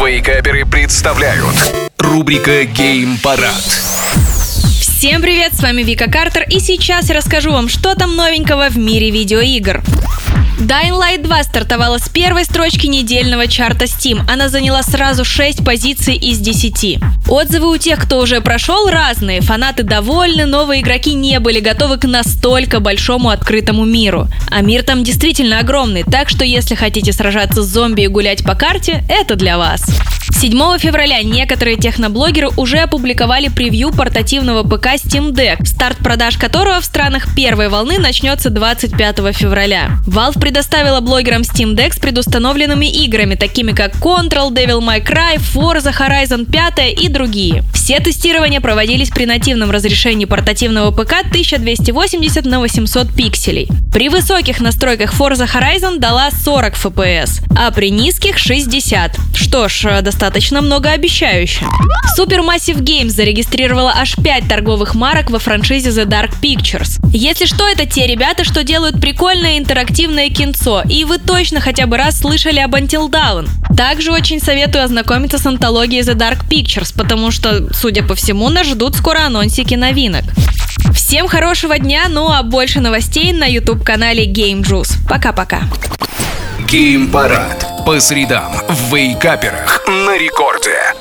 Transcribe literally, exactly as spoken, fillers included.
Вейкаперы представляют рубрика «Геймпарад». Всем привет, с вами Вика Картер, и сейчас я расскажу вам, что там новенького в мире видеоигр. Dying Light два стартовала с первой строчки недельного чарта Steam. Она заняла сразу шесть позиций из десяти. Отзывы у тех, кто уже прошел, разные. Фанаты довольны, новые игроки не были готовы к настолько большому открытому миру. А мир там действительно огромный, так что если хотите сражаться с зомби и гулять по карте, это для вас. седьмого февраля некоторые техноблогеры уже опубликовали превью портативного ПК Steam Deck, старт продаж которого в странах первой волны начнется двадцать пятого февраля. Valve предоставила блогерам Steam Deck с предустановленными играми, такими как Control, Devil May Cry, Forza Horizon пять и другие. Все тестирования проводились при нативном разрешении портативного ПК тысяча двести восемьдесят на восемьсот пикселей. При высоких настройках Forza Horizon дала сорок эф пи эс, а при низких шестьдесят. Что ж, достаточно многообещающе. Supermassive Games зарегистрировала аж пять торговых марок во франшизе The Dark Pictures. Если что, это те ребята, что делают прикольное интерактивное кинцо, и вы точно хотя бы раз слышали об Until Dawn. Также очень советую ознакомиться с антологией The Dark Pictures, потому что, судя по всему, нас ждут скоро анонсики новинок. Всем хорошего дня, ну а больше новостей на YouTube-канале Game Juice. Пока-пока. Геймпарад по средам в Вейкаперах на рекорде.